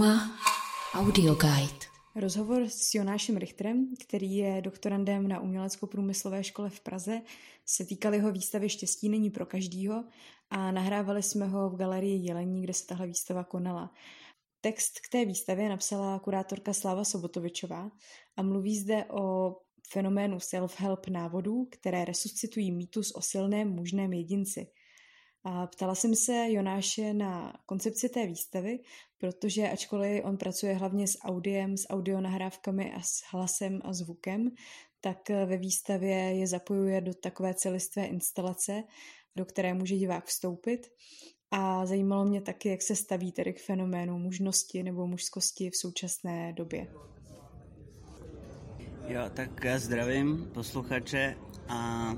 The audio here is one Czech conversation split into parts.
Téma Audioguide. Rozhovor s Jonášem Richterem, který je doktorandem na Umělecko-průmyslové škole v Praze, se týkal jeho výstavy Štěstí není pro každýho a nahrávali jsme ho v galerii Jelení, kde se tahle výstava konala. Text k té výstavě napsala kurátorka Sláva Sobotovičová a mluví zde o fenoménu self-help návodů, které resuscitují mýtus o silném mužném jedinci. A ptala jsem se Jonáše na koncepci té výstavy, protože ačkoliv on pracuje hlavně s audiem, s audionahrávkami a s hlasem a zvukem, tak ve výstavě je zapojuje do takové celistvé instalace, do které může divák vstoupit. A zajímalo mě taky, jak se staví tedy k fenoménu mužnosti nebo mužskosti v současné době. Jo, tak já zdravím posluchače a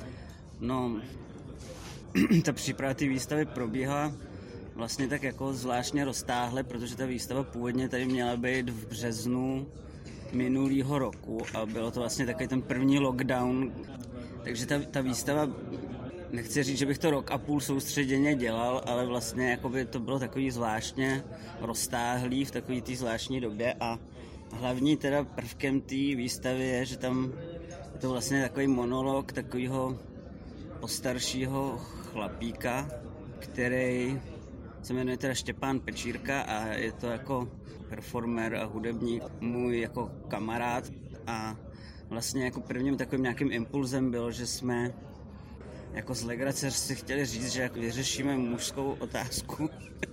ta příprava té výstavy probíhá vlastně tak jako zvláštně roztáhle, protože ta výstava původně tady měla být v březnu minulýho roku a bylo to vlastně takový ten první lockdown, takže ta výstava, nechci říct, že bych to rok a půl soustředěně dělal, ale vlastně jakoby to bylo takový zvláštně roztáhlý v takový té zvláštní době a hlavní teda prvkem té výstavy je, že tam je to vlastně takový monolog takového postaršího chlapíka, který se jmenuje teda Štěpán Pečírka a je to jako performer a hudebník, můj jako kamarád a vlastně jako prvním takovým nějakým impulzem bylo, že jsme jako z legrace si chtěli říct, že jako vyřešíme mužskou otázku.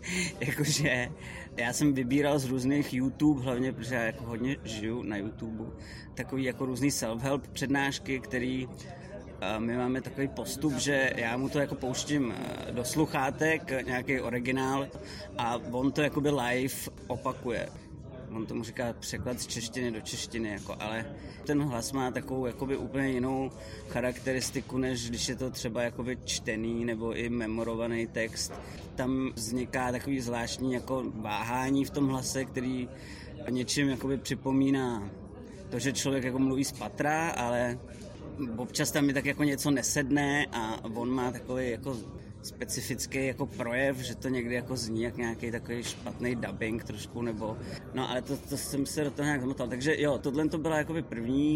Jakože já jsem vybíral z různých YouTube, hlavně protože já jako hodně žiju na YouTube, takový jako různý self-help přednášky, který my máme takový postup, že já mu to jako pouštím do sluchátek, nějaký originál a on to jakoby live opakuje. On tomu říká překlad z češtiny do češtiny, jako, ale ten hlas má takovou jakoby úplně jinou charakteristiku, než když je to třeba jakoby čtený nebo i memorovaný text. Tam vzniká takový zvláštní jako váhání v tom hlase, který něčím jakoby připomíná to, že člověk jako mluví z patra, ale občas tam je tak jako něco nesedné a on má takový jako specifický jako projev, že to někdy jako zní jak nějaký takový špatný dubbing trošku, nebo no ale to jsem se do toho nějak zamotal, takže jo, tohle to byla jakoby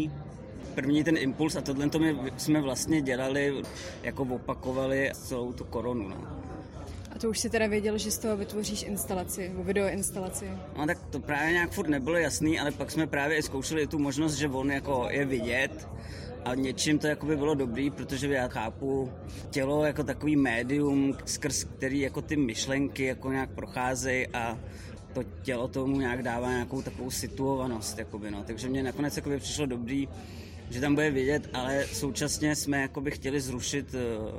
první ten impuls a tohle to jsme vlastně dělali, jako opakovali celou tu koronu, no. A to už si teda věděl, že z toho vytvoříš instalaci, nebo videoinstalaci? No tak to právě nějak furt nebylo jasný, ale pak jsme právě i zkoušeli tu možnost, že on jako je vidět a něčím to jakoby bylo dobrý, protože já chápu tělo jako takový médium, skrz který jako ty myšlenky jako nějak procházejí a to tělo tomu nějak dává nějakou takovou situovanost, jakoby, no. Takže mě nakonec jakoby přišlo dobrý, že tam bude vidět, ale současně jsme jakoby chtěli zrušit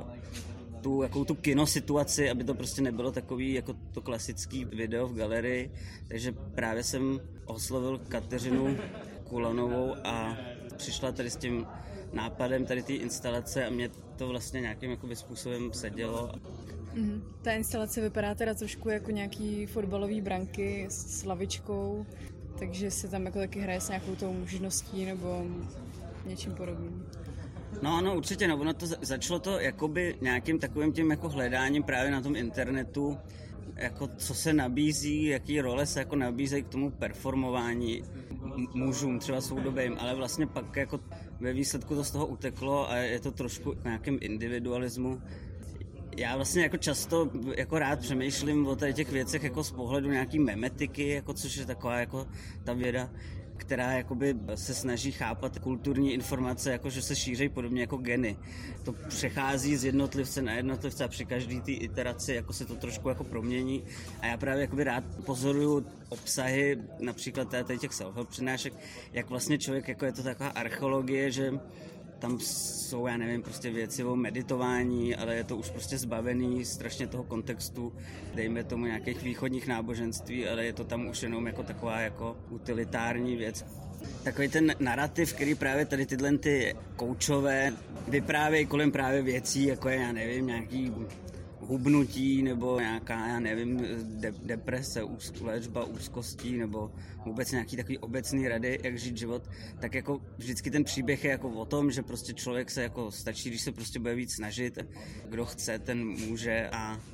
tu kinosituaci, aby to prostě nebylo takový jako to klasický video v galerii, takže právě jsem oslovil Kateřinu Kulanovou a přišla tady s tím nápadem tady té instalace a mě to vlastně nějakým jakoby způsobem sedělo. Ta instalace vypadá teda trošku jako nějaký fotbalový branky s lavičkou, takže se tam jako taky hraje s nějakou tou mužností nebo něčím podobným. No, určitě, no, ono to začalo to jakoby nějakým takovým tím jako hledáním právě na tom internetu, jako co se nabízí, jaký role se jako nabízejí k tomu performování mužům, třeba soudobým, ale vlastně pak jako ve výsledku to z toho uteklo a je to trošku nějakým individualismu. Já vlastně jako často jako rád přemýšlím o těch věcech jako z pohledu nějaký memetiky, jako což je taková jako ta věda, která jakoby se snaží chápat kulturní informace, jako že se šíří podobně jako geny. To přechází z jednotlivce na jednotlivce a při každé té iteraci jako se to trošku jako promění. A já právě jakoby rád pozoruju obsahy, například tady těch self-help přednášek, jak vlastně člověk, jako je to taková archeologie, že tam jsou, já nevím, prostě věci o meditování, ale je to už prostě zbavený strašně toho kontextu, dejme tomu nějakých východních náboženství, ale je to tam už jenom jako taková jako utilitární věc. Takový ten narrativ, který právě tady tyhle ty koučové vyprávějí kolem právě věcí, jako je, já nevím, nějaký hubnutí nebo nějaká, já nevím, deprese, léčba úzkostí nebo vůbec nějaký takový obecný rady, jak žít život, tak jako vždycky ten příběh je jako o tom, že prostě člověk se jako stačí, když se prostě bude víc snažit, kdo chce, ten může a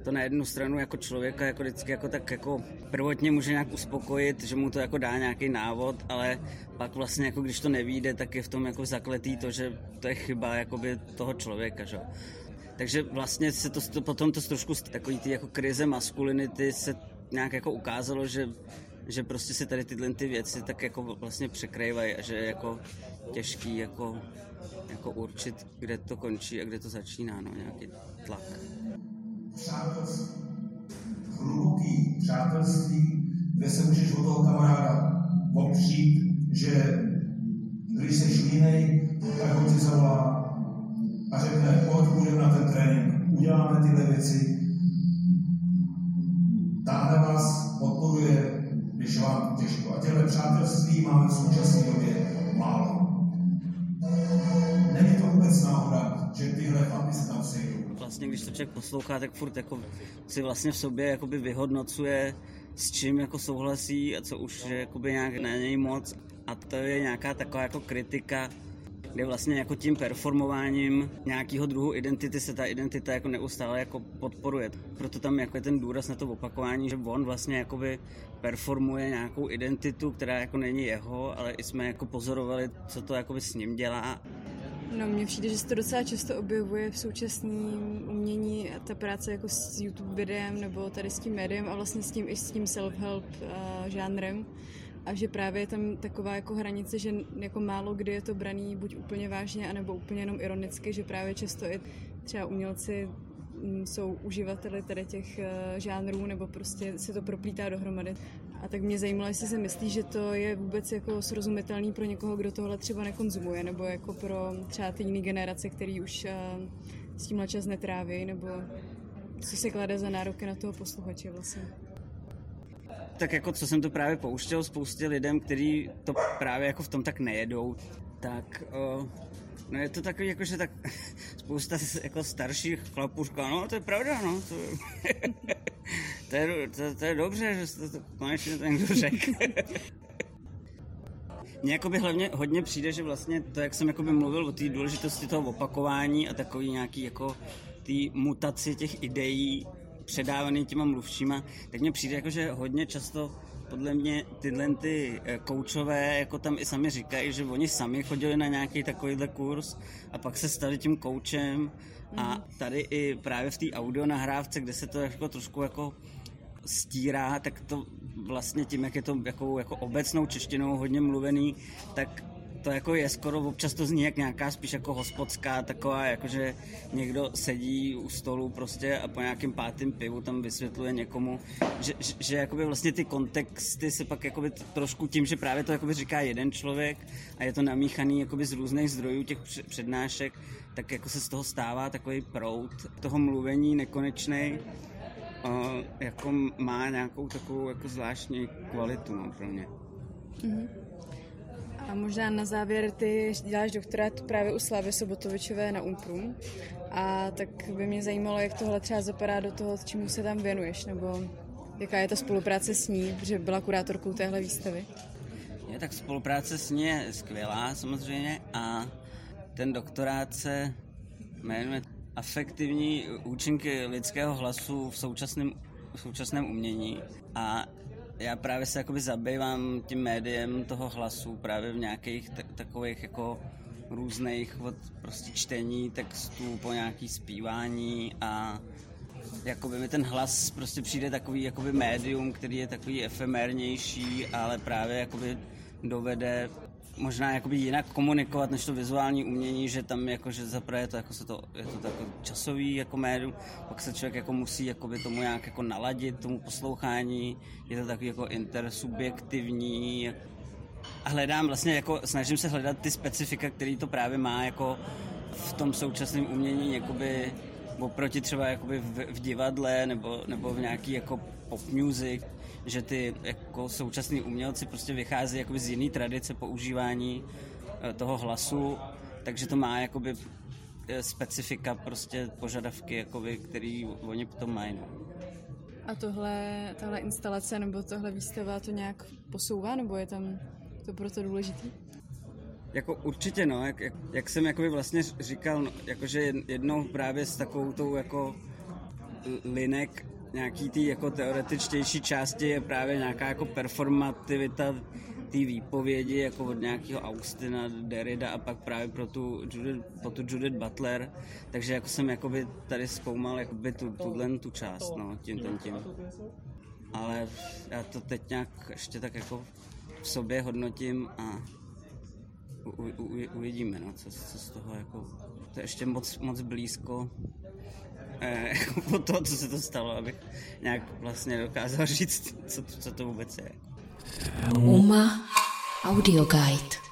to na jednu stranu jako člověka jako vždycky jako tak jako prvotně může nějak uspokojit, že mu to jako dá nějaký návod, ale pak vlastně jako když to nevyjde, tak je v tom jako zakletý to, že to je chyba jakoby toho člověka, že? Takže vlastně se to potom to trošku takový ty jako krize maskulinity se nějak jako ukázalo, že prostě si tady tyhle ty věci tak jako vlastně překrývají a že je jako těžký jako určit, kde to končí a kde to začíná, no, nějaký tlak. Přátelství, hluboký přátelství, kde se můžeš od toho kamaráda opřít, že když jsi jinej, tak on ti zavolá a řekne, pojď, půjdeme na ten trénink, uděláme tyhle věci. Táhle vás podporuje, když vám těžko. A těhle přátelství máme v současné době málo. Není to vůbec náhoda, že tyhle chlapi se tam sejdou. Vlastně, když to člověk poslouchá, tak furt jako si vlastně v sobě jakoby vyhodnocuje, s čím jako souhlasí a co už jakoby nějak není moc. A to je nějaká taková jako kritika, kde vlastně jako tím performováním nějakého druhu identity se ta identita jako neustále jako podporuje. Proto tam jako je ten důraz na to opakování, že on vlastně jakoby performuje nějakou identitu, která jako není jeho, ale i jsme jako pozorovali, co to jakoby s ním dělá. No, mně přijde, že se to docela často objevuje v současném umění a ta práce jako s YouTube videem nebo tady s tím médiem a vlastně s tím i s tím self-help žánrem. A že právě je tam taková jako hranice, že jako málo kdy je to braný buď úplně vážně, anebo úplně jenom ironicky, že právě často i třeba umělci jsou uživateli tady těch žánrů, nebo prostě se to proplítá dohromady. A tak mě zajímalo, jestli se myslí, že to je vůbec jako srozumitelný pro někoho, kdo tohle třeba nekonzumuje, nebo jako pro třeba ty jiné generace, který už s tímhle čas netráví, nebo co se klade za nároky na toho posluchače vlastně. Tak jako co jsem to právě pouštěl spoustě lidem, kteří to právě jako v tom tak nejedou, tak no je to takový jako, že tak spousta jako starších chlapů říká, no to je pravda, no, to je dobře, že jste to konečně to někdo řekl. Mně jakoby hlavně hodně přijde, že vlastně to, jak jsem jakoby mluvil o té důležitosti toho opakování a takový nějaký jako té mutaci těch ideí předávaný těma mluvčíma, tak mně přijde jako, že hodně často podle mě tyhle ty koučové jako tam i sami říkají, že oni sami chodili na nějaký takovýhle kurz a pak se stali tím koučem a tady i právě v té audio nahrávce, kde se to jako trošku jako stírá, tak to vlastně tím, jak je to jako obecnou češtinou hodně mluvený, tak to jako je skoro, občas to zní jak nějaká spíš jako hospodská taková, jakože někdo sedí u stolu prostě a po nějakém 5. pivu tam vysvětluje někomu, že jakoby vlastně ty kontexty se pak jakoby trošku tím, že právě to jakoby říká jeden člověk a je to namíchaný jakoby z různých zdrojů těch přednášek, tak jako se z toho stává takový proud toho mluvení nekonečnej, jako má nějakou takovou jako zvláštní kvalitu, no, pro mě. Mm-hmm. A možná na závěr, ty děláš doktorát právě u Slávy Sobotovičové na UMPRu a tak by mě zajímalo, jak tohle třeba zapadá do toho, čemu se tam věnuješ, nebo jaká je ta spolupráce s ní, protože byla kurátorkou téhle výstavy. Tak spolupráce s ní je skvělá samozřejmě a ten doktorát se jmenuje Afektivní účinky lidského hlasu v současném umění a já právě se jakoby zabývám tím médiem toho hlasu právě v nějakých takových jako různých od prostě čtení textů po nějaký zpívání a jakoby mi ten hlas prostě přijde takový jakoby médium, který je takový efemérnější, ale právě jakoby dovede možná jakoby jinak komunikovat než to vizuální umění, že tam jakože zaprvé je to jako je to jako časový jako médium, pak se člověk jako musí jakoby tomu nějak jako naladit, tomu poslouchání, je to takový jako intersubjektivní a hledám vlastně jako, snažím se hledat ty specifika, který to právě má jako v tom současném umění, jakoby oproti třeba jakoby v divadle nebo v nějaký jako pop music, že ty jako současní umělci prostě vychází jakoby z jiné tradice používání toho hlasu, takže to má jakoby specifika, prostě požadavky, jakoby, který oni potom mají. No. A tahle instalace nebo tohle výstava to nějak posouvá, nebo je tam to proto důležitý? Jako určitě, no, jak jsem jakoby vlastně říkal, no, jakože jednou právě s takovou tou jako linek nějaký ty jako teoretičtější části je právě nějaká jako performativita té výpovědi jako od nějakého Augustina Derrida a pak právě po tu Judith Butler, takže jako jsem jakoby tady zkoumal jakoby tu část, no, tím. Ale já to teď nějak ještě tak jako v sobě hodnotím a uvidíme, no, co z toho jako, to je ještě moc blízko po toho, co se to stalo, abych nějak vlastně dokázal říct, co to vůbec je. UMA Audio Guide.